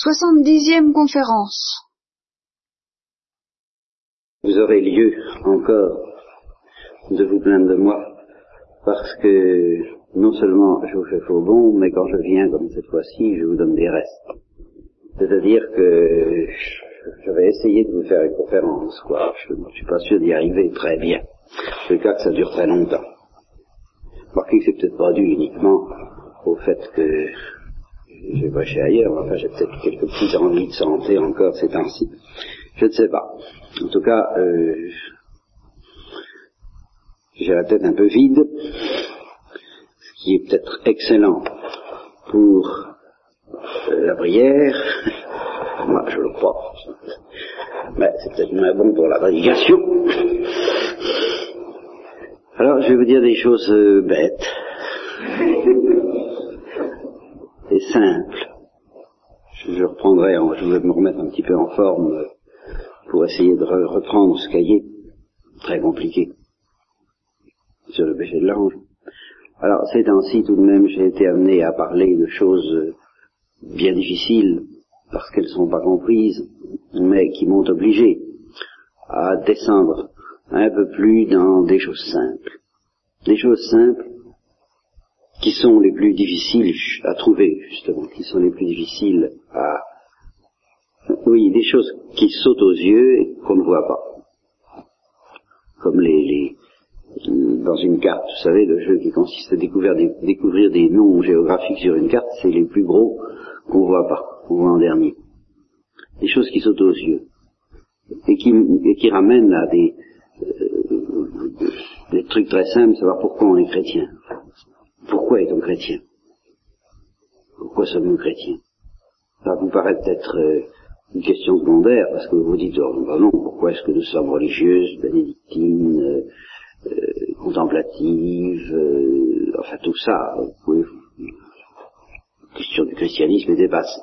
70e conférence. Vous aurez lieu encore de vous plaindre de moi, parce que non seulement je vous fais faux bon, mais quand je viens comme cette fois-ci, je vous donne des restes. C'est-à-dire que je vais essayer de vous faire une conférence, quoi. Je ne suis pas sûr d'y arriver très bien. C'est le cas que ça dure très longtemps. Remarquez que c'est peut-être pas dû uniquement au fait que j'ai prêché ailleurs, enfin j'ai peut-être quelques petites envies de santé encore ces temps-ci. Je ne sais pas. En tout cas, j'ai la tête un peu vide, ce qui est peut-être excellent pour la prière, moi je le crois, mais c'est peut-être moins bon pour la prédication. Alors je vais vous dire des choses bêtes et simples. Je reprendrai, je vais me remettre un petit peu en forme pour essayer de reprendre ce cahier très compliqué sur le péché de l'ange. Alors ces temps-ci tout de même j'ai été amené à parler de choses bien difficiles parce qu'elles ne sont pas comprises, mais qui m'ont obligé à descendre un peu plus dans des choses simples. Des choses simples qui sont les plus difficiles à trouver, justement, qui sont les plus difficiles à... Oui, des choses qui sautent aux yeux et qu'on ne voit pas. Comme dans une carte, vous savez, le jeu qui consiste à découvrir des noms géographiques sur une carte, c'est les plus gros qu'on voit pas, qu'on voit en dernier. Des choses qui sautent aux yeux et qui ramènent à des trucs très simples, savoir pourquoi on est chrétien. Pourquoi est-on chrétien? Pourquoi sommes-nous chrétiens? Ça vous paraît peut-être une question secondaire, parce que vous vous dites, oh, non, pourquoi est-ce que nous sommes religieuses, bénédictines, contemplatives, enfin tout ça, la question du christianisme est dépassée.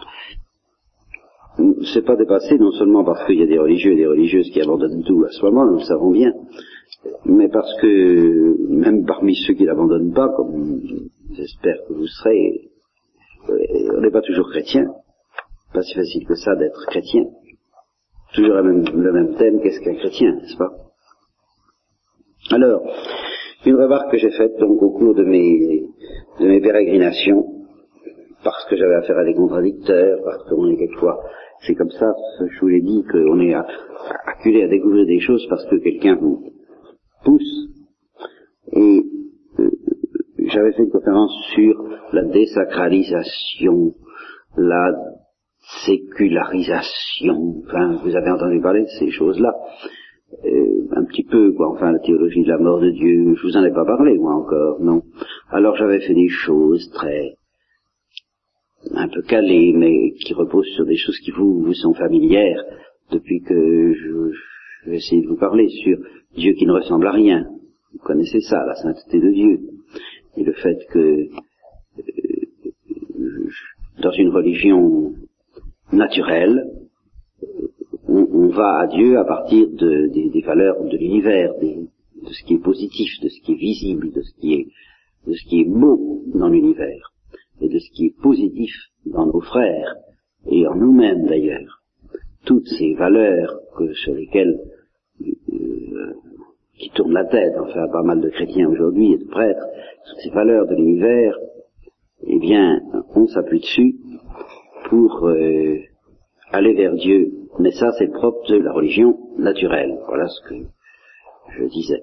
C'est pas dépassé non seulement parce qu'il y a des religieux et des religieuses qui abandonnent tout à ce moment, nous le savons bien, mais parce que même parmi ceux qui l'abandonnent pas, comme j'espère que vous serez, on n'est pas toujours chrétien. Pas si facile que ça d'être chrétien. Toujours le même thème, qu'est-ce qu'un chrétien, n'est-ce pas? Alors, une remarque que j'ai faite donc au cours de mes pérégrinations, parce que j'avais affaire à des contradicteurs, parce qu'on est quelquefois, c'est comme ça, je vous l'ai dit, qu'on est acculé à découvrir des choses parce que quelqu'un vous pousse. Et j'avais fait une conférence sur la désacralisation, la sécularisation, enfin, vous avez entendu parler de ces choses-là, un petit peu, quoi, enfin, la théologie de la mort de Dieu, je vous en ai pas parlé, moi, encore, non. Alors j'avais fait des choses un peu calées, mais qui reposent sur des choses qui vous sont familières, depuis que je vais essayer de vous parler sur Dieu qui ne ressemble à rien. Vous connaissez ça, la sainteté de Dieu, et le fait que, dans une religion naturelle, on va à Dieu à partir des valeurs de l'univers, de ce qui est positif, de ce qui est visible, de ce qui est beau dans l'univers, et de ce qui est positif dans nos frères, et en nous-mêmes d'ailleurs. Toutes ces valeurs sur lesquelles qui tournent la tête, enfin pas mal de chrétiens aujourd'hui et de prêtres, toutes ces valeurs de l'univers, eh bien, on s'appuie dessus pour aller vers Dieu. Mais ça, c'est le propre de la religion naturelle. Voilà ce que je disais.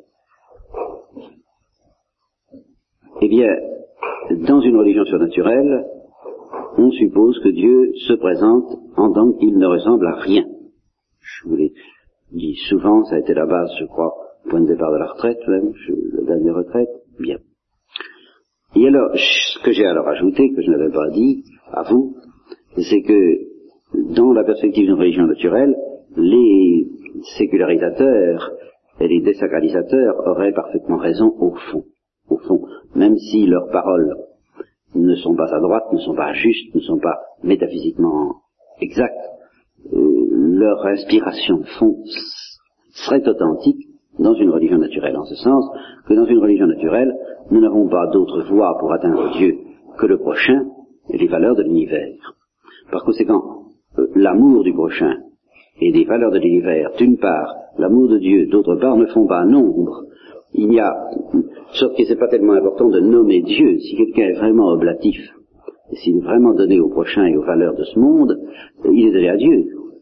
Eh bien, dans une religion surnaturelle, on suppose que Dieu se présente en tant qu'il ne ressemble à rien. Je vous l'ai dit souvent, ça a été la base, je crois, point de départ de la retraite, même, la dernière retraite. Bien. Et alors, ce que j'ai alors ajouté, que je n'avais pas dit à vous, c'est que dans la perspective d'une religion naturelle, les sécularisateurs et les désacralisateurs auraient parfaitement raison au fond. Au fond, même si leurs paroles ne sont pas à droite, ne sont pas justes, ne sont pas métaphysiquement exactes, leur inspiration de fond serait authentique dans une religion naturelle, en ce sens que dans une religion naturelle, nous n'avons pas d'autre voie pour atteindre Dieu que le prochain et les valeurs de l'univers. Par conséquent, l'amour du prochain et des valeurs de l'univers, d'une part, l'amour de Dieu, d'autre part, ne font pas nombre. Il y a, sauf que c'est pas tellement important de nommer Dieu. Si quelqu'un est vraiment oblatif, et s'il est vraiment donné au prochain et aux valeurs de ce monde, il est donné à Dieu.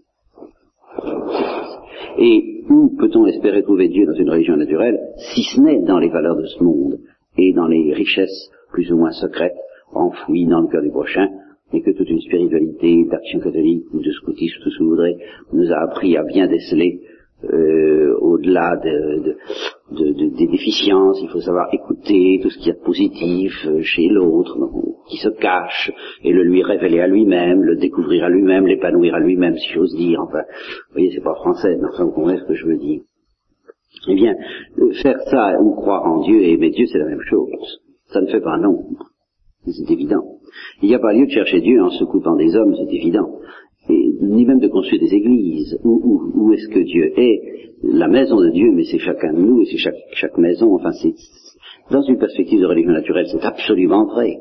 Et où peut-on espérer trouver Dieu dans une religion naturelle, si ce n'est dans les valeurs de ce monde et dans les richesses plus ou moins secrètes, enfouies dans le cœur du prochain, et que toute une spiritualité d'action catholique ou de scoutisme, tout ce que vous voudrez, nous a appris à bien déceler au-delà des déficiences. Il faut savoir écouter tout ce qu'il y a de positif chez l'autre, qui se cache, et le lui révéler à lui-même, le découvrir à lui-même, l'épanouir à lui-même, si j'ose dire. Enfin, vous voyez, c'est pas français, mais enfin, vous comprenez ce que je veux dire. Eh bien, faire ça ou croire en Dieu et aimer Dieu, c'est la même chose. Ça ne fait pas nombre. C'est évident. Il n'y a pas lieu de chercher Dieu en se coupant des hommes, c'est évident. Et, ni même de construire des églises. Où est-ce que Dieu est? La maison de Dieu, mais c'est chacun de nous, et c'est chaque maison. Enfin, c'est dans une perspective de religion naturelle, c'est absolument vrai.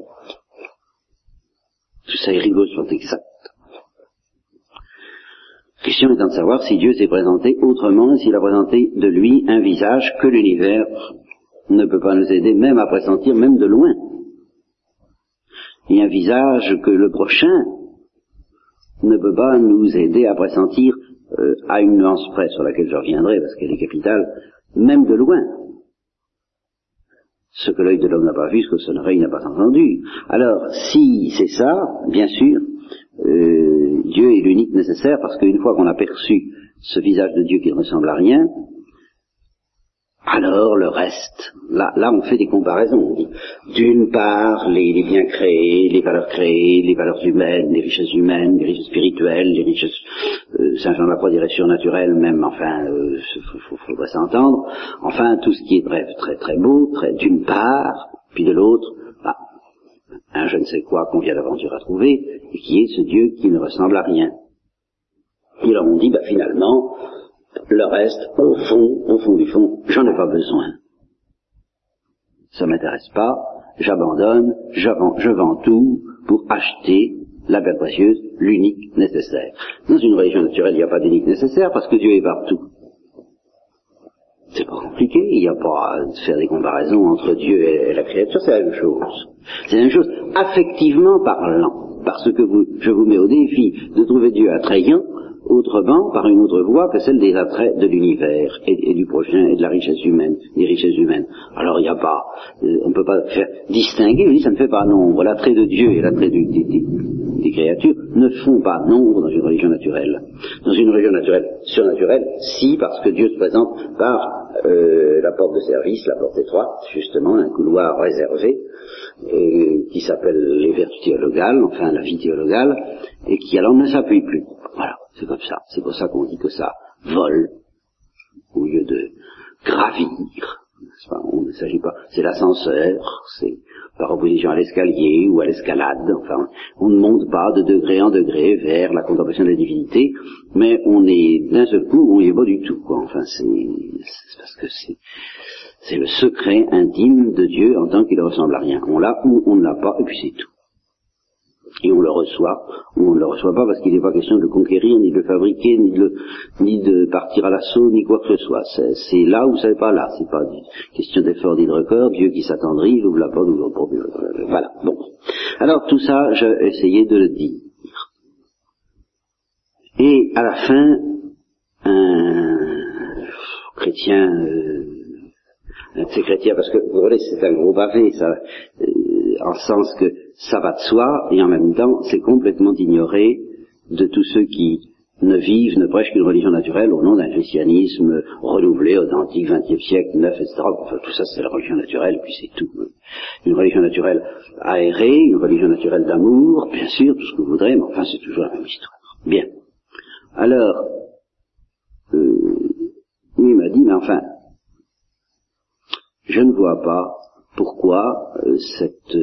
Tout ça est rigoureusement exact. La question étant de savoir si Dieu s'est présenté autrement, s'il a présenté de lui un visage que l'univers ne peut pas nous aider même à pressentir, même de loin. Et un visage que le prochain ne peut pas nous aider à pressentir à une nuance près sur laquelle je reviendrai parce qu'elle est capitale, même de loin. Ce que l'œil de l'homme n'a pas vu, ce que son oreille n'a pas entendu. Alors, si c'est ça, bien sûr, Dieu est l'unique nécessaire parce qu'une fois qu'on a perçu ce visage de Dieu qui ne ressemble à rien, alors le reste, là on fait des comparaisons. D'une part, les biens créés, les valeurs humaines, les richesses spirituelles, les richesses, Saint Jean de la Croix dirait surnaturelles même, enfin, faudrait s'entendre. Enfin, tout ce qui est bref, très très beau, d'une part, puis de l'autre, un je ne sais quoi qu'on vient d'aventure à trouver, et qui est ce Dieu qui ne ressemble à rien. Et là on dit, finalement, le reste, au fond du fond, j'en ai pas besoin. Ça m'intéresse pas, j'abandonne, je vends tout pour acheter la pierre précieuse, l'unique nécessaire. Dans une religion naturelle, il n'y a pas d'unique nécessaire parce que Dieu est partout. C'est pas compliqué, il n'y a pas à faire des comparaisons entre Dieu et la créature, c'est la même chose. C'est la même chose, affectivement parlant, parce que je vous mets au défi de trouver Dieu attrayant, autrement par une autre voie que celle des attraits de l'univers et du prochain et de la richesse humaine, des richesses humaines. Alors il n'y a pas, on ne peut pas faire distinguer, ça ne fait pas nombre. L'attrait de Dieu et l'attrait des créatures ne font pas nombre dans une religion naturelle. Dans une religion naturelle, surnaturelle, si, parce que Dieu se présente par la porte de service, la porte étroite, justement, un couloir réservé, qui s'appelle les vertus théologales, enfin la vie théologale, et qui alors ne s'appuie plus. Voilà, c'est comme ça. C'est pour ça qu'on dit que ça vole au lieu de gravir. On ne s'agit pas. C'est l'ascenseur, c'est par opposition à l'escalier ou à l'escalade. Enfin, on ne monte pas de degré en degré vers la contemplation de la divinité, mais on est d'un seul coup, on n'y est pas du tout, quoi. Enfin, c'est parce que c'est le secret intime de Dieu en tant qu'il ne ressemble à rien. On l'a ou on ne l'a pas, et puis c'est tout. Et on le reçoit, ou on ne le reçoit pas parce qu'il n'est pas question de le conquérir, ni de le fabriquer, ni de partir à l'assaut, ni quoi que ce soit. C'est là ou c'est pas là. C'est pas question d'effort ni de record. Dieu qui s'attendrit, il ouvre la porte, ouvre le porte. Voilà. Bon. Alors tout ça, j'ai essayé de le dire. Et à la fin, un chrétien, un de ces chrétiens, parce que vous voyez, c'est un gros pavé, ça, en sens que ça va de soi, et en même temps, c'est complètement ignoré de tous ceux qui ne vivent, ne prêchent qu'une religion naturelle au nom d'un christianisme renouvelé, authentique, 20e siècle, 9, etc. Enfin, tout ça, c'est la religion naturelle, puis c'est tout. Une religion naturelle aérée, une religion naturelle d'amour, bien sûr, tout ce que vous voudrez, mais enfin, c'est toujours la même histoire. Bien. Alors, il m'a dit, mais enfin, je ne vois pas pourquoi cette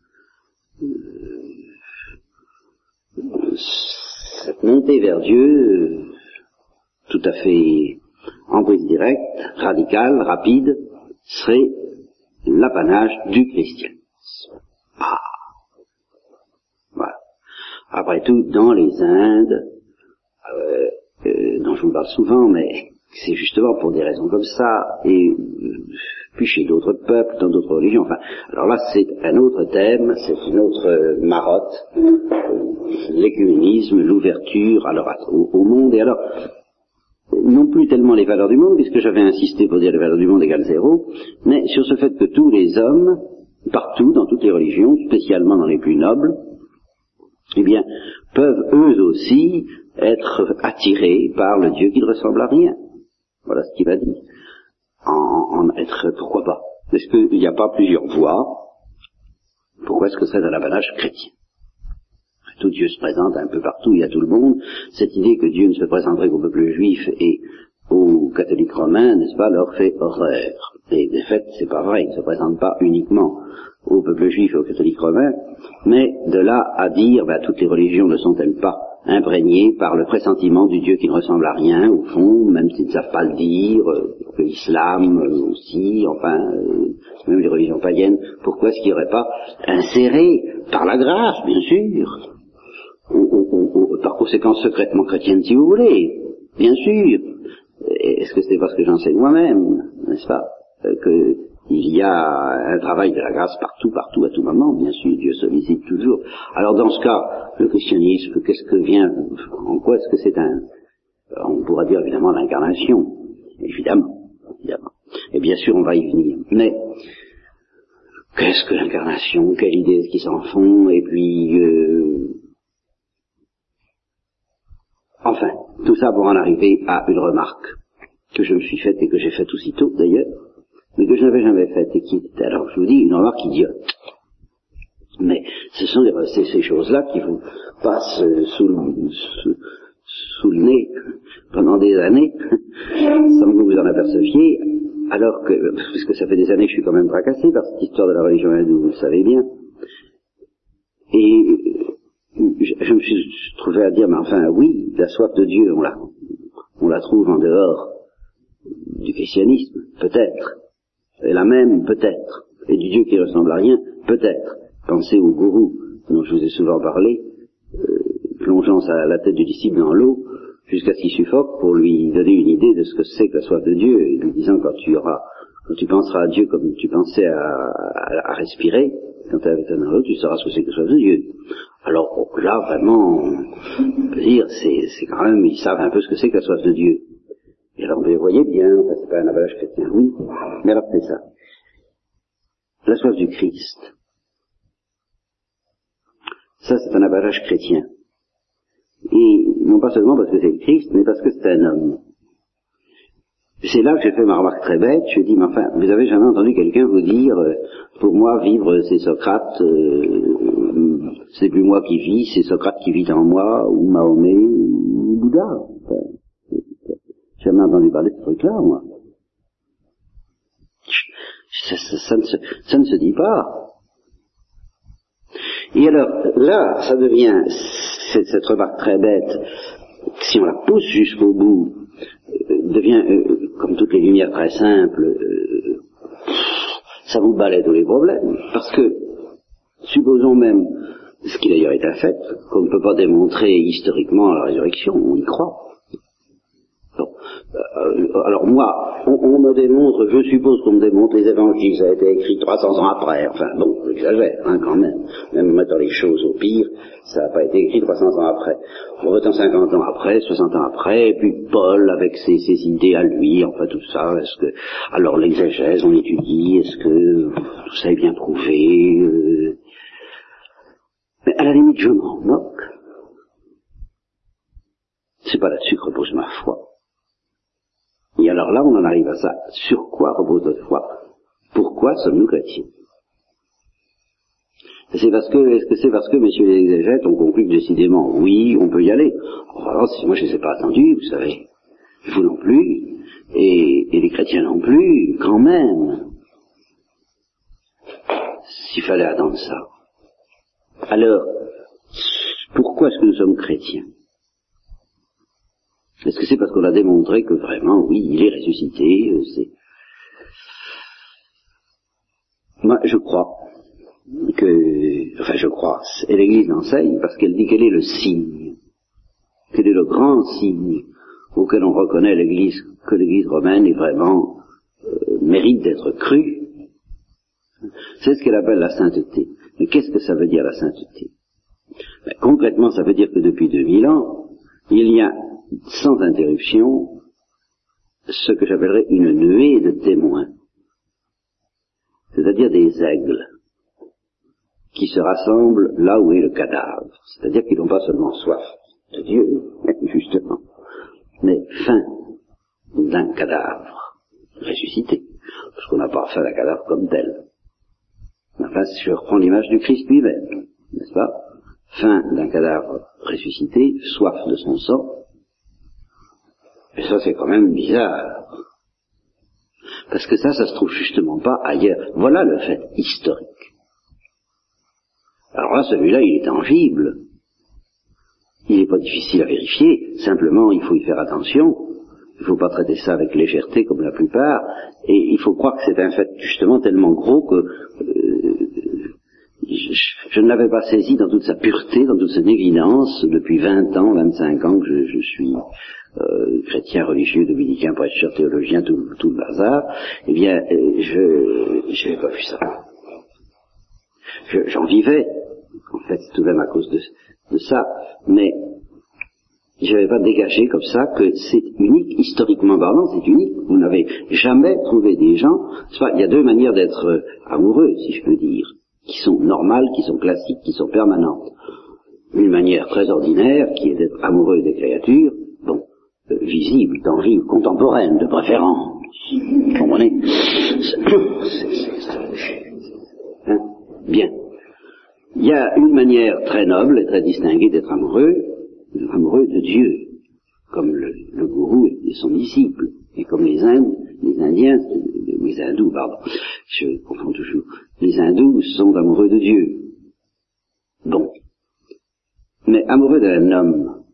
montée vers Dieu, tout à fait en prise directe, radicale, rapide, serait l'apanage du christianisme. Voilà. Après tout, dans les Indes, dont je vous parle souvent, mais c'est justement pour des raisons comme ça, et puis chez d'autres peuples, dans d'autres religions, enfin, alors là c'est un autre thème, c'est une autre marotte, l'écuménisme, l'ouverture alors au monde, et alors, non plus tellement les valeurs du monde, puisque j'avais insisté pour dire les valeurs du monde égale zéro, mais sur ce fait que tous les hommes, partout, dans toutes les religions, spécialement dans les plus nobles, eh bien, peuvent eux aussi être attirés par le Dieu qui ne ressemble à rien. Voilà ce qu'il va dire. Pourquoi pas? Est-ce qu'il n'y a pas plusieurs voies? Pourquoi est-ce que c'est un apanage chrétien? Tout Dieu se présente un peu partout et à tout le monde. Cette idée que Dieu ne se présenterait qu'au peuple juif et aux catholiques romains, n'est-ce pas, leur fait horreur. Et de fait, c'est pas vrai, il ne se présente pas uniquement au peuple juif et aux catholiques romains, mais de là à dire, toutes les religions ne sont-elles pas imprégnées par le pressentiment du Dieu qui ne ressemble à rien, au fond, même s'ils ne savent pas le dire, que l'islam aussi, même les religions païennes, pourquoi est-ce qu'il n'y aurait pas inséré, par la grâce, bien sûr, par conséquent secrètement chrétienne si vous voulez, bien sûr. Est-ce que c'est parce que j'enseigne moi-même, n'est-ce pas, qu'il y a un travail de la grâce partout, à tout moment, bien sûr, Dieu sollicite toujours. Alors dans ce cas, le christianisme, en quoi est-ce que c'est on pourra dire évidemment l'incarnation, évidemment. Et bien sûr, on va y venir. Mais, qu'est-ce que l'incarnation? Quelle idée est-ce qu'ils s'en font? Et puis, enfin, tout ça pour en arriver à une remarque que je me suis faite et que j'ai faite aussitôt d'ailleurs, mais que je n'avais jamais faite et qui était, alors je vous dis, une remarque idiote. Mais ce sont ces choses-là qui vous passent sous le nez pendant des années, sans que vous vous en aperceviez, alors que, puisque ça fait des années que je suis quand même tracassé par cette histoire de la religion hindoue, vous le savez bien, et je me suis trouvé à dire, mais enfin, oui, la soif de Dieu, on la trouve en dehors du christianisme, peut-être, et la même, peut-être, et du Dieu qui ressemble à rien, peut-être. Pensez au gourou, dont je vous ai souvent parlé, plongeant la tête du disciple dans l'eau, jusqu'à ce qu'il suffoque pour lui donner une idée de ce que c'est que la soif de Dieu, et lui disant quand tu penseras à Dieu comme tu pensais à respirer, quand tu es avec dans l'eau, tu sauras ce que c'est que la soif de Dieu. Alors là, vraiment, on peut dire, c'est quand même, ils savent un peu ce que c'est que la soif de Dieu. Et alors, vous voyez bien, c'est pas un avalage chrétien, oui, mais alors c'est ça. La soif du Christ. Ça, c'est un avalage chrétien. Et non pas seulement parce que c'est le Christ, mais parce que c'est un homme. C'est là que j'ai fait ma remarque très bête. Je dis, mais enfin, vous avez jamais entendu quelqu'un vous dire, pour moi, vivre, c'est Socrate, c'est plus moi qui vis, c'est Socrate qui vit en moi, ou Mahomet, ou Bouddha. Enfin, j'ai jamais entendu parler de ce truc-là, moi. Ça ne se dit pas. Et alors, là, ça devient, cette remarque très bête, si on la pousse jusqu'au bout, devient, comme toutes les lumières très simples, ça vous balaie tous les problèmes. Parce que, supposons même, ce qui d'ailleurs est un fait, qu'on ne peut pas démontrer historiquement la résurrection, on y croit. Bon. Alors moi, on me démontre, je suppose qu'on me démontre les évangiles, ça a été écrit 300 ans après, enfin bon, j'exagère, quand même en mettant les choses au pire, ça n'a pas été écrit 300 ans après. On revient 50 ans après, 60 ans après, et puis Paul avec ses idées à lui, enfin tout ça, alors l'exégèse, on étudie, est-ce que tout ça est bien prouvé, mais à la limite je m'en moque. C'est pas là-dessus que repose ma foi. Et alors là, on en arrive à ça. Sur quoi repose notre foi? Pourquoi sommes-nous chrétiens? Est-ce que c'est parce que, messieurs les exégètes, on conclut que décidément, oui, on peut y aller? Alors, moi, je ne les ai pas attendus, vous savez. Vous non plus. Et les chrétiens non plus, quand même. S'il fallait attendre ça. Alors, pourquoi est-ce que nous sommes chrétiens? Est-ce que c'est parce qu'on a démontré que vraiment, oui, il est ressuscité, Moi, je crois. je crois, et l'Église l'enseigne parce qu'elle dit quel est le signe, quel est le grand signe auquel on reconnaît l'Église, que l'Église romaine est vraiment mérite d'être crue. C'est ce qu'elle appelle la sainteté. Mais qu'est-ce que ça veut dire la sainteté? Concrètement, ça veut dire que depuis 2000 ans, il y a sans interruption ce que j'appellerais une nuée de témoins, c'est-à-dire des aigles, qui se rassemblent là où est le cadavre, c'est-à-dire qu'ils n'ont pas seulement soif de Dieu, justement, mais faim d'un cadavre ressuscité, parce qu'on n'a pas faim d'un cadavre comme tel. Enfin, si je reprends l'image du Christ lui-même, n'est-ce pas? Faim d'un cadavre ressuscité, soif de son sang, et ça c'est quand même bizarre, parce que ça se trouve justement pas ailleurs. Voilà le fait historique. Alors là, celui-là, il est tangible. Il n'est pas difficile à vérifier, simplement il faut y faire attention. Il ne faut pas traiter ça avec légèreté comme la plupart, et il faut croire que c'est un fait justement tellement gros que je ne l'avais pas saisi dans toute sa pureté, dans toute son évidence, depuis 20 ans, 25 ans que je suis chrétien, religieux, dominicain, prêcheur, théologien, tout le bazar. Eh bien, je n'avais pas vu ça. J'en vivais, en fait, tout de même à cause de ça, mais je n'avais pas dégagé comme ça que c'est unique, historiquement parlant, c'est unique. Vous n'avez jamais trouvé des gens, il y a deux manières d'être amoureux, si je peux dire, qui sont normales, qui sont classiques, qui sont permanentes. Une manière très ordinaire, qui est d'être amoureux des créatures, visible, tangible, contemporaine, de préférence. Vous comprenez? Bien. Il y a une manière très noble et très distinguée d'être amoureux de Dieu, comme le gourou et son disciple, et comme les hindous, pardon, je confonds toujours, les hindous sont amoureux de Dieu. Bon. Mais amoureux d'un homme,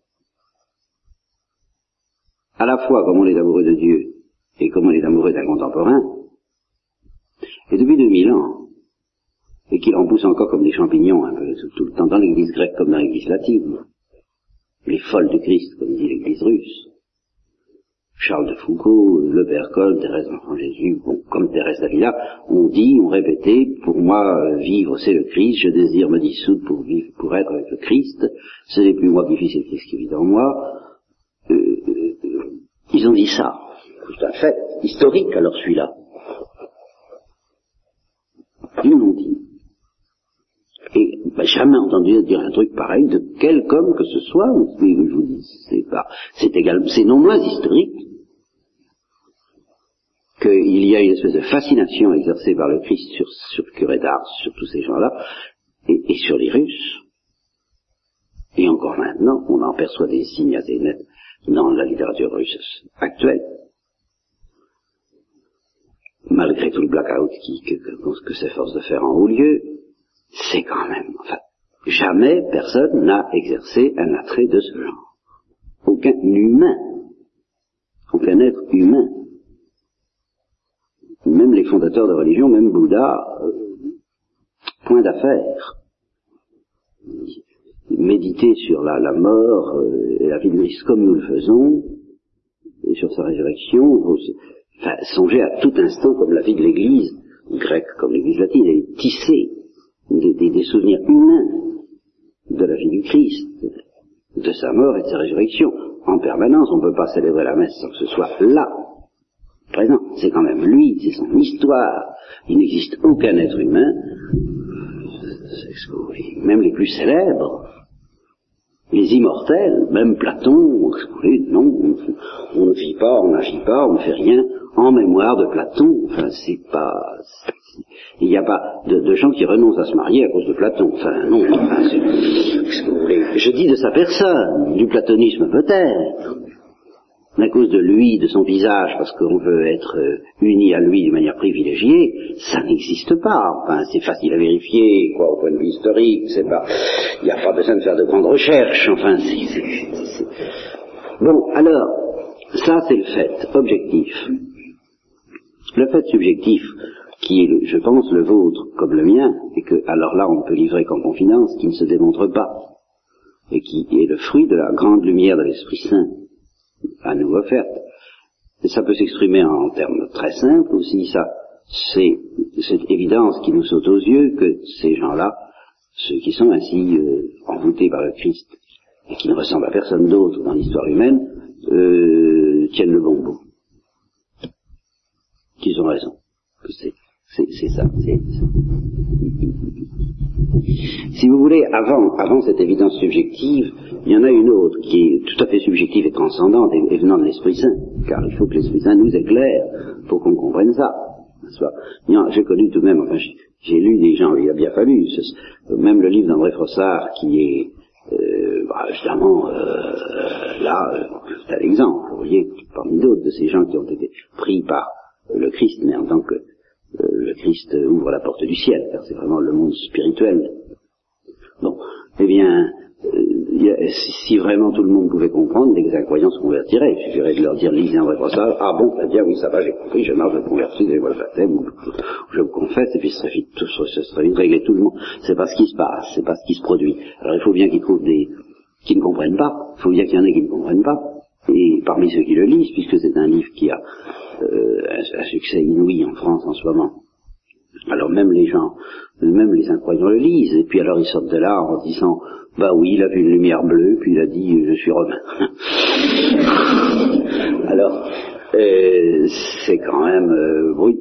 à la fois comme on est amoureux de Dieu, et comme on est amoureux d'un contemporain, et depuis 2000 ans, et qu'il en pousse encore comme des champignons un peu tout le temps dans l'église grecque comme dans l'église latine, les folles du Christ, comme dit l'église russe, Charles de Foucault, Le Père Cole, Thérèse d'Enfant Jésus, comme Thérèse d'Avila, on répétait, pour moi, vivre c'est le Christ, je désire me dissoudre pour être avec le Christ, ce n'est plus moi qui vis, c'est le Christ qui vit en moi. Ils ont dit ça. C'est un fait historique, alors celui-là. Ils l'ont dit. Et jamais entendu dire un truc pareil de quelque homme que ce soit. Mais je vous dis, c'est non moins historique qu'il y a une espèce de fascination exercée par le Christ sur le curé d'Ars, sur tous ces gens-là, et sur les Russes. Et encore maintenant, on en perçoit des signes assez nets dans la littérature russe actuelle. Malgré tout le blackout que s'efforce de faire en haut lieu, c'est quand même, jamais personne n'a exercé un attrait de ce genre. Aucun humain, aucun être humain. Même les fondateurs de religion, même Bouddha, point d'affaire. Méditer sur la mort et la vie de Christ comme nous le faisons, et sur sa résurrection, songer à tout instant comme la vie de l'Église grecque, comme l'Église latine, elle est tissée des souvenirs humains de la vie du Christ, de sa mort et de sa résurrection. En permanence, on ne peut pas célébrer la messe sans que ce soit là, présent. C'est quand même lui, c'est son histoire. Il n'existe aucun être humain, même les plus célèbres, les immortels, même Platon, non, on ne vit pas, on n'agit pas, on ne fait rien en mémoire de Platon. Il n'y a pas de gens qui renoncent à se marier à cause de Platon. Non, qu'est-ce que vous voulez? Je dis de sa personne, du platonisme peut-être, mais à cause de lui, de son visage, parce qu'on veut être uni à lui d'une manière privilégiée, ça n'existe pas. C'est facile à vérifier, au point de vue historique, il n'y a pas besoin de faire de grandes recherches, Bon, alors, ça c'est le fait objectif. Le fait subjectif, qui est, je pense, le vôtre comme le mien, et que, alors là, on ne peut livrer qu'en confidence, qui ne se démontre pas, et qui est le fruit de la grande lumière de l'Esprit Saint à nous offerte. Et ça peut s'exprimer en termes très simples aussi, ça, c'est cette évidence qui nous saute aux yeux que ces gens-là, ceux qui sont ainsi envoûtés par le Christ, et qui ne ressemblent à personne d'autre dans l'histoire humaine, tiennent le bon bout. Qu'ils ont raison. C'est ça. Si vous voulez, avant cette évidence subjective, il y en a une autre qui est tout à fait subjective et transcendante et venant de l'Esprit Saint, car il faut que l'Esprit Saint nous éclaire pour qu'on comprenne ça. J'ai connu tout de même, enfin j'ai lu des gens, il a bien fallu, même le livre d'André Frossard qui est évidemment là, c'est un exemple, vous voyez, parmi d'autres de ces gens qui ont été pris par le Christ, mais en tant que le Christ ouvre la porte du ciel, car c'est vraiment le monde spirituel. Bon, eh bien, si vraiment tout le monde pouvait comprendre, les incroyants se convertiraient. Il suffirait de leur dire, lisez André Frossard, ah bon, très bien, oui, ça va, j'ai compris, je marche, je me convertis, donnez-moi le baptême, ou je me confesse, et puis ce serait vite réglé tout le monde. C'est pas ce qui se passe, c'est pas ce qui se produit. Alors il faut bien qu'ils trouvent qui ne comprennent pas, il faut bien qu'il y en ait qui ne comprennent pas, et parmi ceux qui le lisent, puisque c'est un livre qui a un succès inouï en France en ce moment. Alors même les gens, même les incroyants le lisent, et puis alors ils sortent de là en disant, bah oui, il a vu une lumière bleue, puis il a dit, je suis romain. Alors, c'est quand même, oui,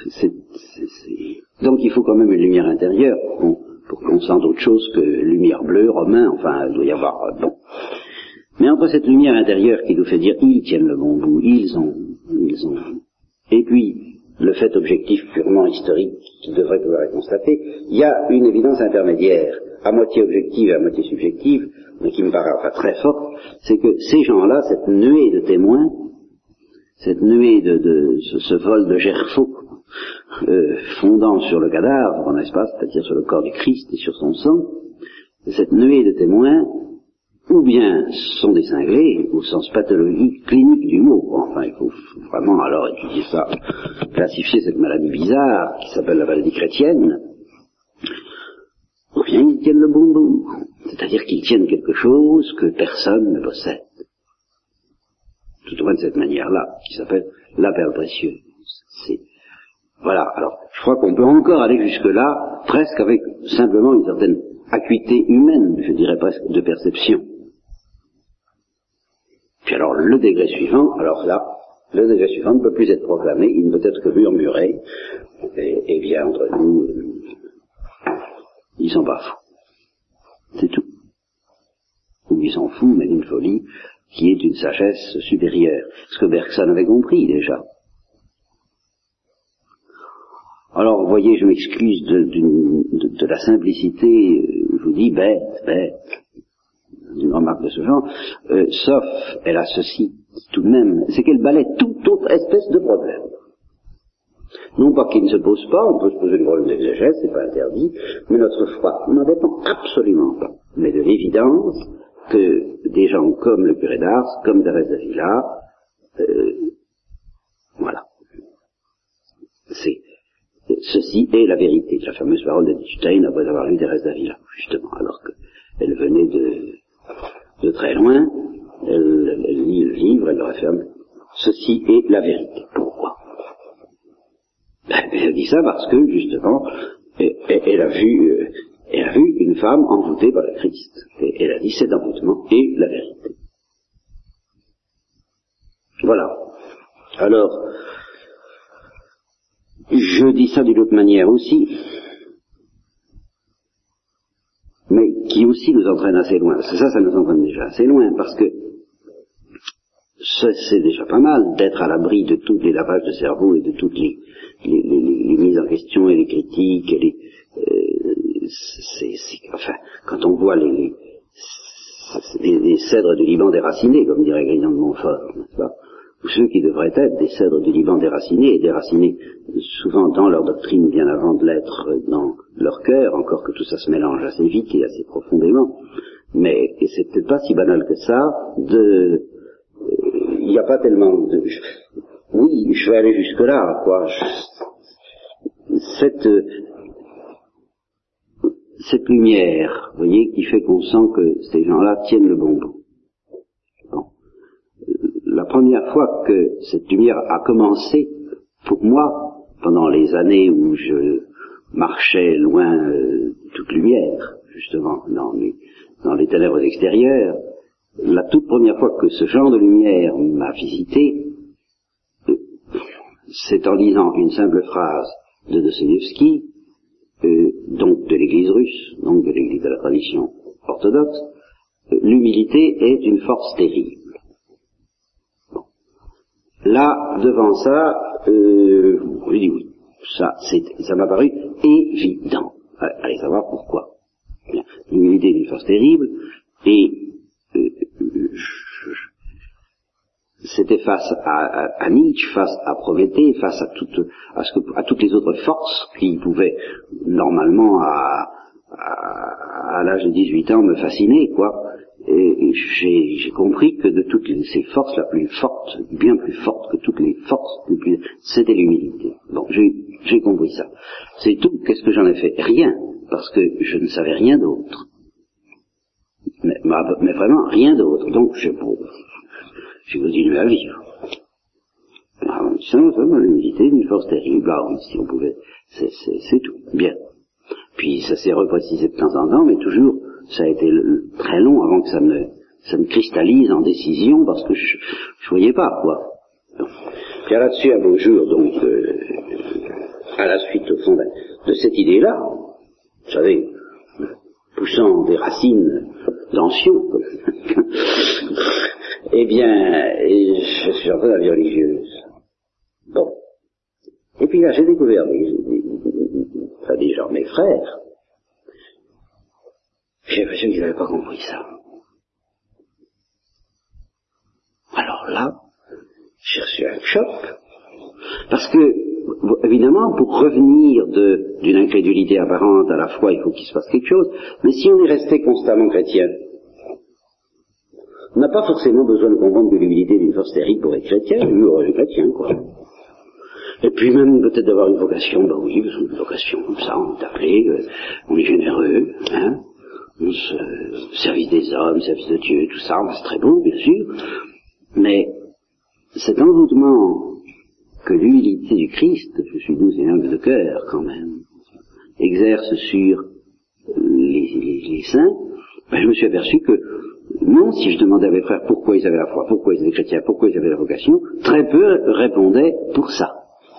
donc il faut quand même une lumière intérieure pour qu'on sente autre chose que lumière bleue, romain, enfin, il doit y avoir, bon. Mais entre cette lumière intérieure qui nous fait dire, ils tiennent le bon bout, ils ont, et puis, le fait objectif purement historique qui devrait pouvoir être constaté, il y a une évidence intermédiaire, à moitié objective et à moitié subjective, mais qui me paraît enfin très forte, c'est que ces gens-là, cette nuée de témoins, cette nuée de ce vol de gerfaut fondant sur le cadavre, n'est-ce pas, c'est-à-dire sur le corps du Christ et sur son sang, cette nuée de témoins, ou bien sont des cinglés, au sens pathologique, clinique du mot. Enfin, il faut vraiment alors étudier ça, classifier cette maladie bizarre qui s'appelle la maladie chrétienne, ou bien ils tiennent le bon bout, c'est-à-dire qu'ils tiennent quelque chose que personne ne possède. Tout au moins de cette manière-là, qui s'appelle la perle précieuse. Voilà, alors, je crois qu'on peut encore aller jusque-là, presque avec simplement une certaine acuité humaine, je dirais presque, de perception. Puis alors, le degré suivant, alors là, le degré suivant ne peut plus être proclamé, il ne peut être que murmuré, et bien, entre nous, ils sont pas fous. C'est tout. Ou ils sont fous, mais d'une folie qui est une sagesse supérieure. Ce que Bergson avait compris déjà. Alors, vous voyez, je m'excuse de la simplicité, je vous dis bête, une remarque de ce genre, sauf, elle a ceci, tout de même, c'est qu'elle balaie toute autre espèce de problème. Non pas qu'il ne se pose pas, on peut se poser le problème d'exégèse, c'est pas interdit, mais notre foi n'en dépend absolument pas, mais de l'évidence que des gens comme le curé d'Ars, comme Thérèse d'Avila, voilà. Ceci est la vérité, la fameuse parole d'Edith Stein après avoir lu Thérèse d'Avila, justement, alors qu'elle venait de très loin, elle lit le livre, elle le référme, ceci est la vérité. Pourquoi? Elle dit ça parce que, justement, elle a vu une femme envoûtée par le Christ, et elle a dit cet envoûtement est la vérité. Voilà. Alors, je dis ça d'une autre manière aussi, mais qui aussi nous entraîne assez loin. Parce que ça nous entraîne déjà assez loin, parce que c'est déjà pas mal d'être à l'abri de tous les lavages de cerveau et de toutes les mises en question et les critiques et enfin, quand on voit les cèdres du Liban déracinés, comme dirait Grignon de Montfort, n'est-ce pas, ou ceux qui devraient être des cèdres du Liban déracinés, et déracinés souvent dans leur doctrine bien avant de l'être dans leur cœur, encore que tout ça se mélange assez vite et assez profondément. Mais et c'est peut-être pas si banal que ça il n'y a pas tellement de... Oui, je vais aller jusque-là, quoi. cette lumière, vous voyez, qui fait qu'on sent que ces gens-là tiennent le bon bout. Bon. La première fois que cette lumière a commencé, pour moi, pendant les années où je marchais loin de toute lumière, justement, dans les ténèbres extérieures, la toute première fois que ce genre de lumière m'a visité, c'est en lisant une simple phrase de Dostoïevski, donc de l'Église russe, donc de l'Église de la tradition orthodoxe, l'humilité est une force terrible. Bon. Là, devant ça, j'ai dit oui, ça m'a paru évident. Allez savoir pourquoi. L'humilité est une force terrible, et c'était face à Nietzsche, face à Prométhée, face à toutes les autres forces qui pouvaient normalement à l'âge de 18 ans me fasciner, quoi. Et j'ai compris que de toutes ces forces, la plus forte, bien plus forte que toutes les forces, c'était l'humilité. Bon, j'ai compris ça. C'est tout. Qu'est-ce que j'en ai fait? Rien, parce que je ne savais rien d'autre. Mais vraiment rien d'autre. Donc j'ai continué à vivre. L'humilité est une force terrible. Ah oui, si on pouvait, c'est tout. Bien. Puis ça s'est reprécisé de temps en temps, mais toujours, ça a été très long avant que ça me cristallise en décision, parce que je voyais pas, quoi. Donc, puis là-dessus, un beau jour, donc, à la suite, au fond, de cette idée-là, vous savez, poussant des racines d'anciens, eh bien, je suis entré dans la vie religieuse. Bon. Et puis là, j'ai découvert des gens, mes frères. J'ai l'impression qu'ils n'avaient pas compris ça. Alors là, j'ai reçu un choc. Parce que, évidemment, pour revenir d'une incrédulité apparente à la foi, il faut qu'il se passe quelque chose. Mais si on est resté constamment chrétien, on n'a pas forcément besoin de comprendre que l'humilité est une force terrible pour être chrétien, ou chrétien, quoi. Et puis même peut-être d'avoir une vocation, ben oui, une vocation comme ça, on est appelé, on est généreux, hein, on se service des hommes, service de Dieu, tout ça, c'est très beau, bien sûr, mais cet envoûtement que l'humilité du Christ, je suis doux et humble de cœur quand même, exerce sur les saints, ben je me suis aperçu que non, si je demandais à mes frères pourquoi ils avaient la foi, pourquoi ils étaient chrétiens, pourquoi ils avaient la vocation, très peu répondaient pour ça.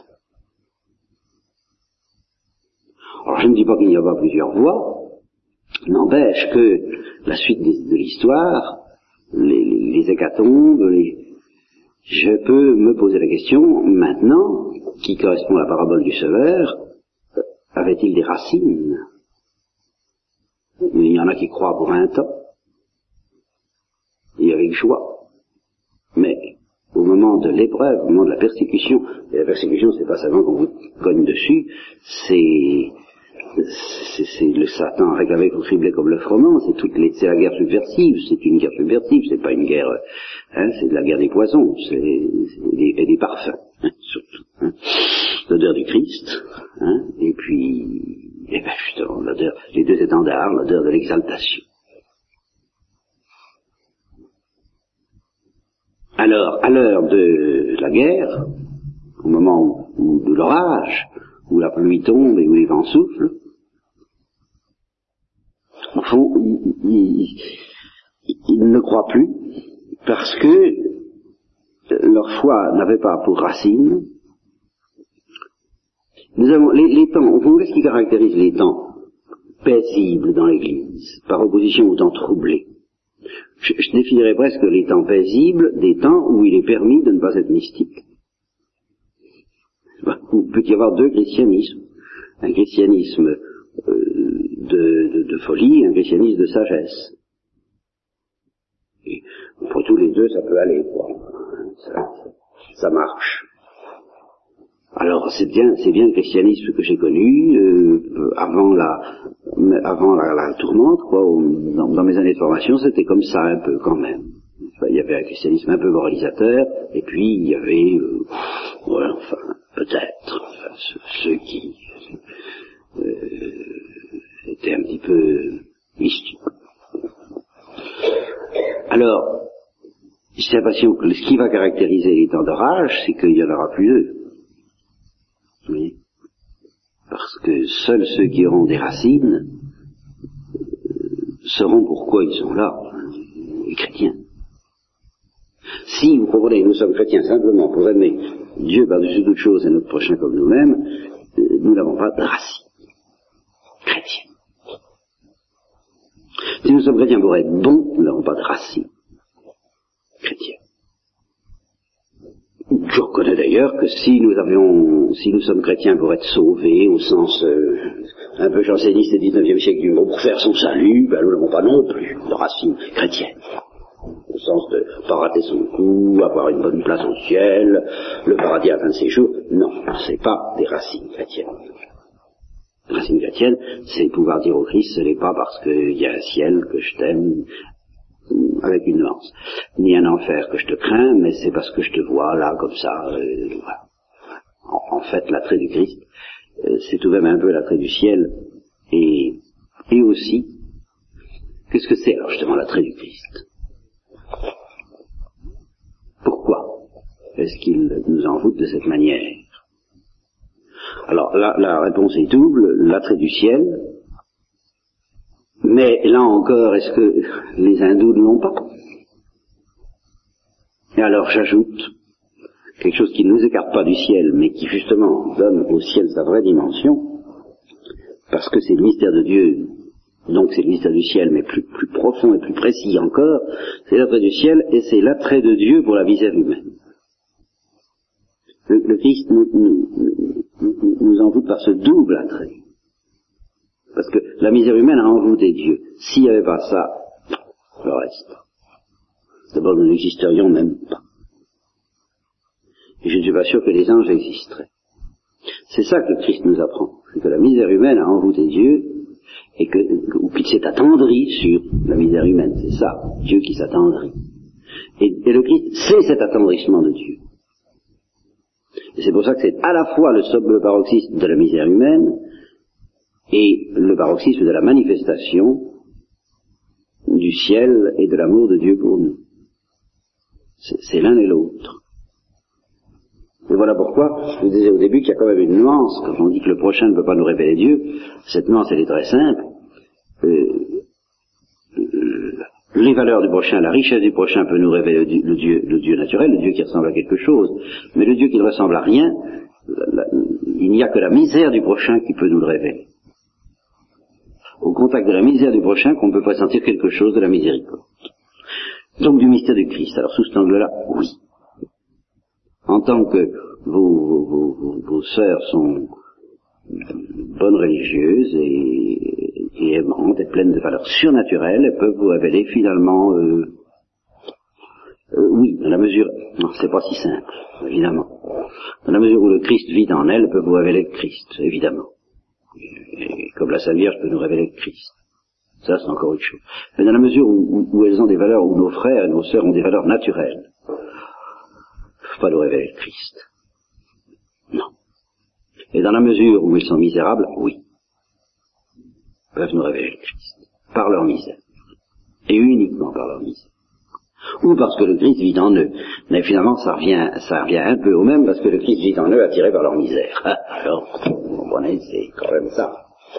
Alors je ne dis pas qu'il n'y a pas plusieurs voies, n'empêche que la suite de l'histoire, les hécatombes, je peux me poser la question maintenant, qui correspond à la parabole du Sauveur, avait-il des racines? Il y en a qui croient pour un temps, et avec joie. Mais au moment de l'épreuve, au moment de la persécution, et la persécution c'est pas seulement qu'on vous cogne dessus, c'est le Satan réclamé pour tribler comme le froment, c'est la guerre subversive, c'est une guerre subversive, c'est pas une guerre, hein, c'est de la guerre des poisons, et des parfums, hein, surtout, hein, l'odeur du Christ, hein, et puis, et ben justement, les deux étendards, l'odeur de l'exaltation. Alors, à l'heure de la guerre, au moment de l'orage, où la pluie tombe et où les vents soufflent, au fond, ils ne croient plus, parce que leur foi n'avait pas pour racine. Nous avons les temps, au fond, qu'est-ce qui caractérise les temps paisibles dans l'Église, par opposition aux temps troublés? Je définirais presque les temps paisibles des temps où il est permis de ne pas être mystique. Il peut y avoir deux christianismes. Un christianisme de folie et un christianisme de sagesse. Et pour tous les deux, ça peut aller, quoi. Ça marche. Alors c'est bien le christianisme que j'ai connu avant la tourmente, quoi. Dans mes années de formation, c'était comme ça un peu quand même. Enfin, il y avait un christianisme un peu moralisateur, et puis il y avait, voilà, enfin, peut-être, enfin, ceux qui petit peu mystique. Alors, j'ai l'impression que ce qui va caractériser les temps d'orage, c'est qu'il n'y en aura plus d'eux. Oui. Parce que seuls ceux qui auront des racines sauront pourquoi ils sont là, les chrétiens. Si, vous comprenez, nous sommes chrétiens simplement pour aimer Dieu par-dessus toute chose et notre prochain comme nous-mêmes, nous n'avons pas de racines chrétiennes. Si nous sommes chrétiens pour être bons, nous n'avons pas de racines chrétiennes. Je reconnais d'ailleurs que si nous sommes chrétiens pour être sauvés, au sens un peu janséniste du XIXe siècle du mot, pour faire son salut, ben nous n'avons pas non plus de racines chrétiennes. Au sens de pas rater son coup, avoir une bonne place au ciel, le paradis à la fin de ses jours. Non, c'est pas des racines chrétiennes. Les racines chrétiennes, c'est pouvoir dire au Christ, ce n'est pas parce qu'il y a un ciel que je t'aime, avec une nuance, ni un enfer que je te crains, mais c'est parce que je te vois là, comme ça, voilà. En fait, l'attrait du Christ, c'est tout de même un peu l'attrait du ciel, et aussi, qu'est-ce que c'est alors justement l'attrait du Christ? Pourquoi est-ce qu'il nous envoûte de cette manière? Alors la réponse est double, l'attrait du ciel, mais là encore, est-ce que les hindous ne l'ont pas? Et alors j'ajoute quelque chose qui ne nous écarte pas du ciel, mais qui justement donne au ciel sa vraie dimension, parce que c'est le mystère de Dieu, donc c'est le mystère du ciel, mais plus profond et plus précis encore, c'est l'attrait du ciel et c'est l'attrait de Dieu pour la misère humaine. Le Christ nous envoûte par ce double attrait. Parce que la misère humaine a envoûté Dieu. S'il n'y avait pas ça, le reste. D'abord, nous n'existerions même pas. Et je ne suis pas sûr que les anges existeraient. C'est ça que le Christ nous apprend. C'est que la misère humaine a envoûté Dieu, et ou qu'il s'est attendri sur la misère humaine. C'est ça, Dieu qui s'attendrit. Et le Christ, c'est cet attendrissement de Dieu. Et c'est pour ça que c'est à la fois le paroxysme de la misère humaine et le paroxysme de la manifestation du ciel et de l'amour de Dieu pour nous. C'est l'un et l'autre. Et voilà pourquoi je vous disais au début qu'il y a quand même une nuance. Quand on dit que le prochain ne peut pas nous révéler Dieu, cette nuance elle est très simple. Les valeurs du prochain, la richesse du prochain peut nous révéler le Dieu naturel, le Dieu qui ressemble à quelque chose, mais le Dieu qui ne ressemble à rien, il n'y a que la misère du prochain qui peut nous le révéler. Au contact de la misère du prochain qu'on peut pressentir quelque chose de la miséricorde. Donc du mystère du Christ. Alors sous cet angle-là, oui. En tant que vos sœurs sont bonnes religieuses et aimantes et pleines de valeurs surnaturelles, elles peuvent vous révéler finalement, oui, dans la mesure, non, c'est pas si simple, évidemment. Dans la mesure où le Christ vit en elles, elles peuvent vous révéler le Christ, évidemment. Et comme la Sainte Vierge peut nous révéler le Christ. Ça, c'est encore autre chose. Mais dans la mesure où elles ont des valeurs, où nos frères et nos sœurs ont des valeurs naturelles, il ne faut pas nous révéler le Christ. Non. Et dans la mesure où ils sont misérables, oui. Ils peuvent nous révéler le Christ. Par leur misère. Et uniquement par leur misère. Ou parce que le Christ vit en eux. Mais finalement, ça revient un peu au même, parce que le Christ vit en eux attiré par leur misère. Alors, vous comprenez, c'est quand même ça.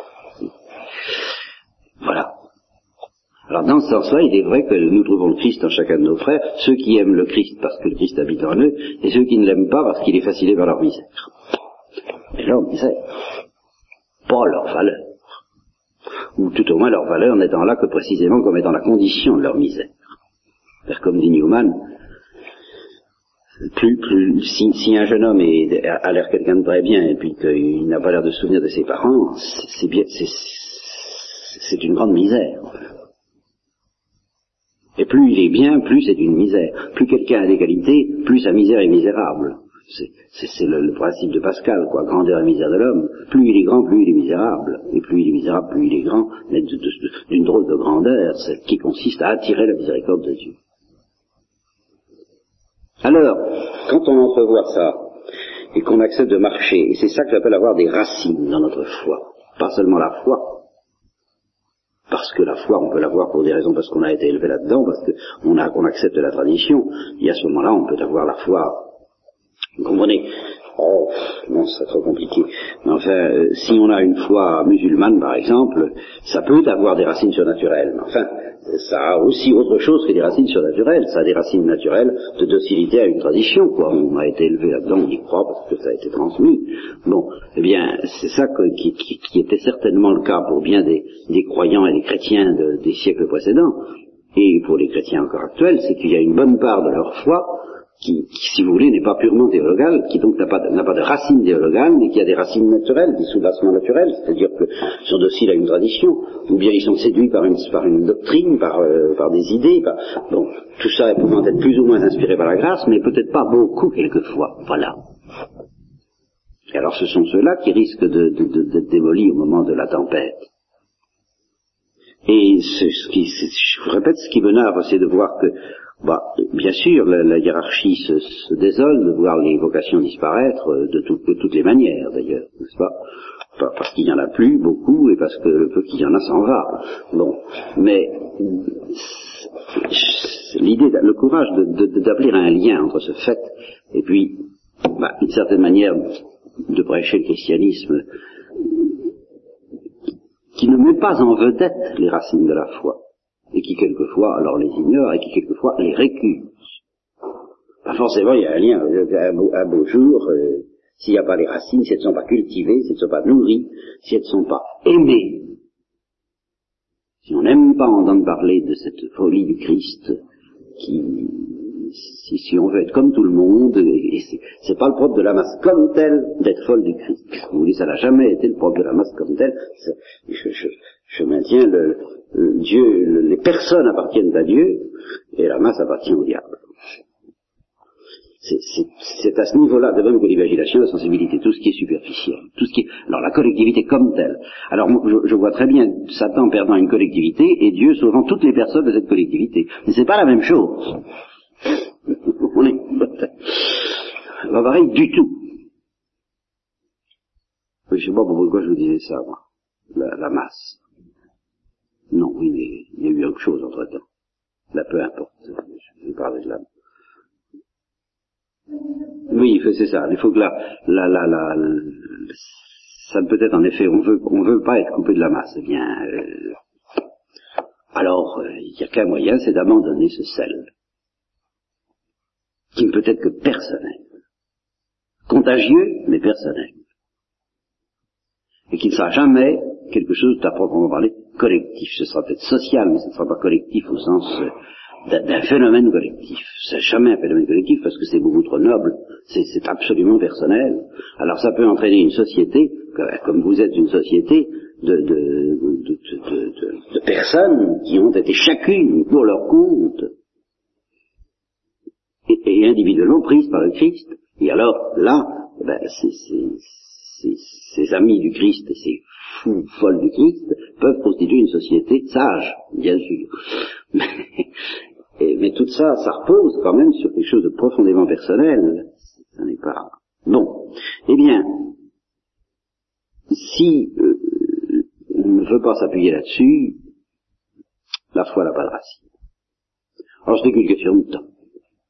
Voilà. Alors dans ce sens-là, il est vrai que nous trouvons le Christ en chacun de nos frères, ceux qui aiment le Christ parce que le Christ habite en eux, et ceux qui ne l'aiment pas parce qu'il est fasciné par leur misère. Mais leur misère, pas leur valeur. Ou tout au moins leur valeur n'étant là que précisément comme étant la condition de leur misère. Car comme dit Newman, si un jeune homme a l'air quelqu'un de très bien et puis qu'il n'a pas l'air de se souvenir de ses parents, c'est une grande misère. Et plus il est bien, plus c'est une misère. Plus quelqu'un a des qualités, plus sa misère est misérable. C'est le principe de Pascal, quoi, grandeur et misère de l'homme. Plus il est grand, plus il est misérable. Et plus il est misérable, plus il est grand, mais d'une drôle de grandeur, qui consiste à attirer la miséricorde de Dieu. Alors, quand on entrevoit ça, et qu'on accepte de marcher, et c'est ça que j'appelle avoir des racines dans notre foi, pas seulement la foi, que la foi, on peut l'avoir pour des raisons parce qu'on a été élevé là-dedans, parce qu'on accepte la tradition, et à ce moment-là, on peut avoir la foi. Vous comprenez? Oh, non, c'est trop compliqué. Mais enfin, si on a une foi musulmane, par exemple, ça peut avoir des racines surnaturelles. Mais enfin, ça a aussi autre chose que des racines surnaturelles. Ça a des racines naturelles de docilité à une tradition, quoi. On a été élevé là-dedans, on y croit parce que ça a été transmis. Bon, eh bien, c'est ça qui était certainement le cas pour bien des croyants et des chrétiens des siècles précédents. Et pour les chrétiens encore actuels, c'est qu'il y a une bonne part de leur foi qui, si vous voulez, n'est pas purement théologale, qui donc n'a pas de racines théologales, mais qui a des racines naturelles, des soubassements naturels, c'est-à-dire qu'ils sont dociles à une tradition, ou bien ils sont séduits par une doctrine, par des idées, bon, tout ça pouvant être plus ou moins inspiré par la grâce, mais peut-être pas beaucoup quelquefois, voilà. Et alors ce sont ceux-là qui risquent d'être démolis au moment de la tempête. Et je vous répète, ce qui m'énerve, c'est de voir que bien sûr, la hiérarchie se désole de voir les vocations disparaître de toutes les manières, d'ailleurs, n'est-ce pas? Parce qu'il n'y en a plus beaucoup et parce que le peu qu'il y en a s'en va. Bon, mais l'idée, le courage d'établir un lien entre ce fait et puis, une certaine manière de prêcher le christianisme qui ne met pas en vedette les racines de la foi, et qui quelquefois alors les ignore, et qui quelquefois les récuse. Forcément, il y a un lien, un beau jour, s'il n'y a pas les racines, si elles ne sont pas cultivées, si elles ne sont pas nourries, si elles ne sont pas aimées, si on n'aime pas entendre parler de cette folie du Christ, si on veut être comme tout le monde, et c'est pas le propre de la masse comme telle d'être folle du Christ. Vous voyez, ça n'a jamais été le propre de la masse comme telle. Je maintiens Dieu, les personnes appartiennent à Dieu, et la masse appartient au diable. C'est à ce niveau-là, de même que l'imagination, la sensibilité, tout ce qui est superficiel, alors la collectivité comme telle. Alors je vois très bien Satan perdant une collectivité et Dieu sauvant toutes les personnes de cette collectivité. Mais c'est pas la même chose. On est pas pareil du tout. Je sais pas pourquoi je vous disais ça, moi. La masse. Non, oui, mais il y a eu autre chose entre-temps. Là, peu importe. Je vais parler de la... Oui, c'est ça. Il faut que ça peut être en effet, on veut pas être coupé de la masse. Eh bien, alors, il n'y a qu'un moyen, c'est d'abandonner ce sel, qui ne peut être que personnel. Contagieux, mais personnel. Et qui ne sera jamais quelque chose d'à proprement parler collectif. Ce sera peut-être social, mais ce ne sera pas collectif au sens d'un phénomène collectif. C'est jamais un phénomène collectif parce que c'est beaucoup trop noble, c'est absolument personnel. Alors ça peut entraîner une société, comme vous êtes une société, de personnes qui ont été chacune pour leur compte et individuellement prises par le Christ. Et alors là, ces amis du Christ et ces fous folles du Christ peuvent constituer une société sage, bien sûr. Mais tout ça, ça repose quand même sur quelque chose de profondément personnel. Ça n'est pas... Bon. Eh bien, si on ne veut pas s'appuyer là-dessus, la foi n'a pas de racine. Alors c'est qu'une question de temps.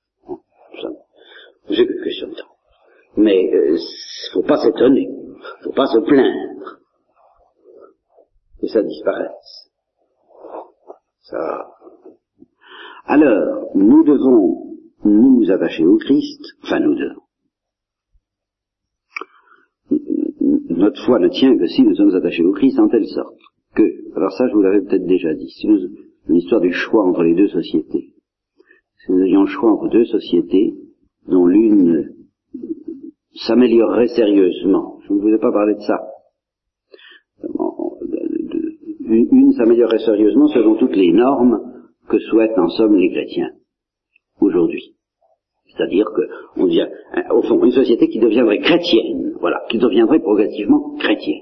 C'est qu'une question de temps. Mais faut pas s'étonner, faut pas se plaindre que ça disparaisse. Ça. Alors, nous devons nous attacher au Christ, enfin nous devons. Notre foi ne tient que si nous sommes attachés au Christ en telle sorte que, alors ça je vous l'avais peut-être déjà dit, si nous, l'histoire du choix entre les deux sociétés, si nous avions le choix entre deux sociétés dont l'une s'améliorerait sérieusement, je ne vous ai pas parlé de ça, une s'améliorerait sérieusement selon toutes les normes que souhaitent en somme les chrétiens aujourd'hui. C'est-à-dire que on devient, au fond, une société qui deviendrait chrétienne, voilà, qui deviendrait progressivement chrétienne.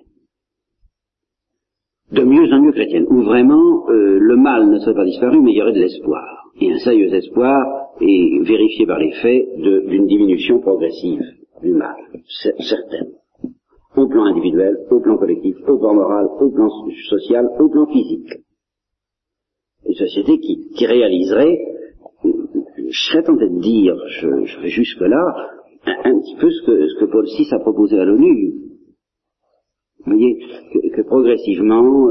De mieux en mieux chrétienne, où vraiment le mal ne serait pas disparu, mais il y aurait de l'espoir. Et un sérieux espoir est vérifié par les faits d'une diminution progressive du mal, certaine. Au plan individuel, au plan collectif, au plan moral, au plan social, au plan physique. Une société qui réaliserait, je serais tenté de dire, je vais jusque-là, un petit peu ce que Paul VI a proposé à l'ONU. Vous voyez, que progressivement,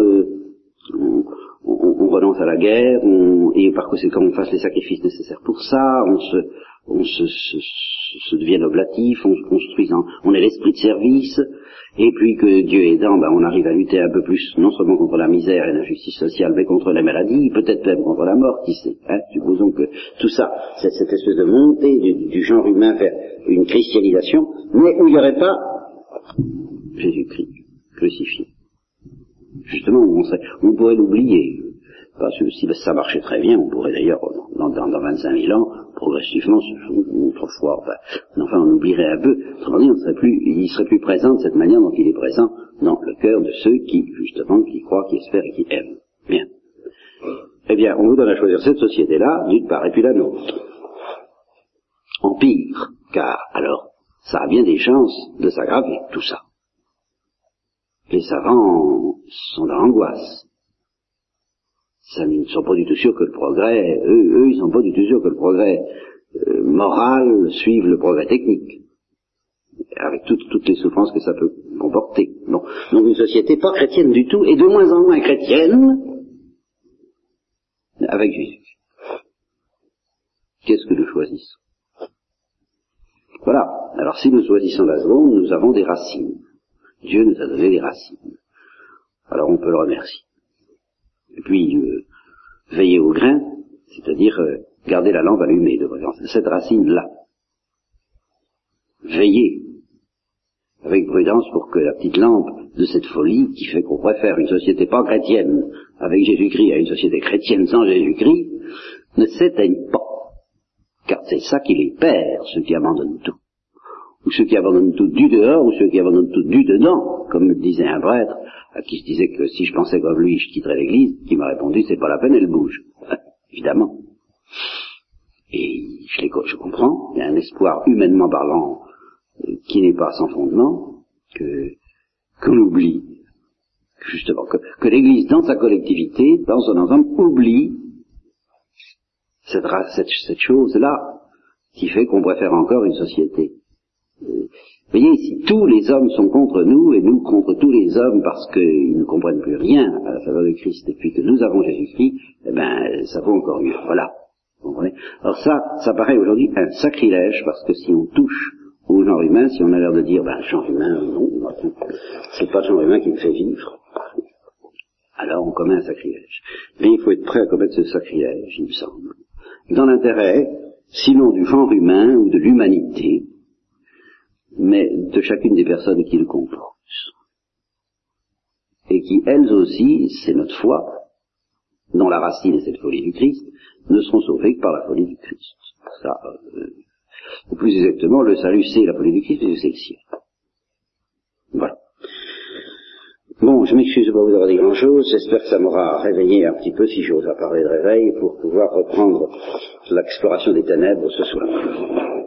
on renonce à la guerre, et par conséquent on fasse les sacrifices nécessaires pour ça, on se devienne oblatif, on se construise, on ait l'esprit de service, et puis que Dieu aidant, on arrive à lutter un peu plus, non seulement contre la misère et l'injustice sociale, mais contre les maladies, peut-être même contre la mort, qui sait. Supposons que tout ça, cette espèce de montée du genre humain vers une christianisation, mais où il n'y aurait pas Jésus-Christ crucifié. Justement, on pourrait l'oublier. Parce que si ça marchait très bien, on pourrait d'ailleurs, dans 25 000 ans, progressivement, autrefois, enfin on oublierait un peu, autrement dit, il serait plus présent de cette manière dont il est présent dans le cœur de ceux qui, justement, qui croient, qui espèrent et qui aiment. Bien. Eh bien, on vous donne à choisir cette société-là, d'une part, et puis la nôtre. En pire, car, alors, ça a bien des chances de s'aggraver, tout ça. Les savants sont dans l'angoisse. Ils ne sont pas du tout sûrs que le progrès, eux, ils sont pas du tout sûrs que le progrès moral suive le progrès technique, avec toutes les souffrances que ça peut comporter. Bon. Donc une société pas chrétienne du tout, et de moins en moins chrétienne, avec Jésus. Qu'est-ce que nous choisissons? Voilà. Alors si nous choisissons la seconde, nous avons des racines. Dieu nous a donné des racines. Alors on peut le remercier. Et puis, veiller au grain, c'est-à-dire garder la lampe allumée, de cette racine-là. Veiller avec prudence pour que la petite lampe de cette folie qui fait qu'on préfère une société pas chrétienne avec Jésus-Christ à une société chrétienne sans Jésus-Christ ne s'éteigne pas. Car c'est ça qui les perd, ceux qui abandonnent tout. Ou ceux qui abandonnent tout du dehors, ou ceux qui abandonnent tout du dedans, comme me disait un prêtre, à qui je disais que si je pensais comme lui, je quitterais l'église, qui m'a répondu, c'est pas la peine, elle bouge. Évidemment. Et je comprends, il y a un espoir, humainement parlant, qui n'est pas sans fondement, qu'on oublie, justement, que l'église, dans sa collectivité, dans son ensemble, oublie cette chose-là, qui fait qu'on préfère encore une société. Vous voyez, si tous les hommes sont contre nous, et nous contre tous les hommes parce qu'ils ne comprennent plus rien à la faveur de Christ, et puis que nous avons Jésus-Christ, ça vaut encore mieux. Voilà. Vous comprenez? Alors ça paraît aujourd'hui un sacrilège, parce que si on touche au genre humain, si on a l'air de dire, genre humain, non, c'est pas le genre humain qui me fait vivre, alors on commet un sacrilège. Mais il faut être prêt à commettre ce sacrilège, il me semble, dans l'intérêt, sinon du genre humain ou de l'humanité, mais de chacune des personnes qui le composent. Et qui, elles aussi, c'est notre foi, dont la racine est cette folie du Christ, ne seront sauvées que par la folie du Christ. Ça, ou plus exactement, le salut c'est la folie du Christ, puisque c'est le ciel. Voilà. Bon, je m'excuse de ne pas vous avoir dit grand-chose, j'espère que ça m'aura réveillé un petit peu, si j'ose parler de réveil, pour pouvoir reprendre l'exploration des ténèbres ce soir.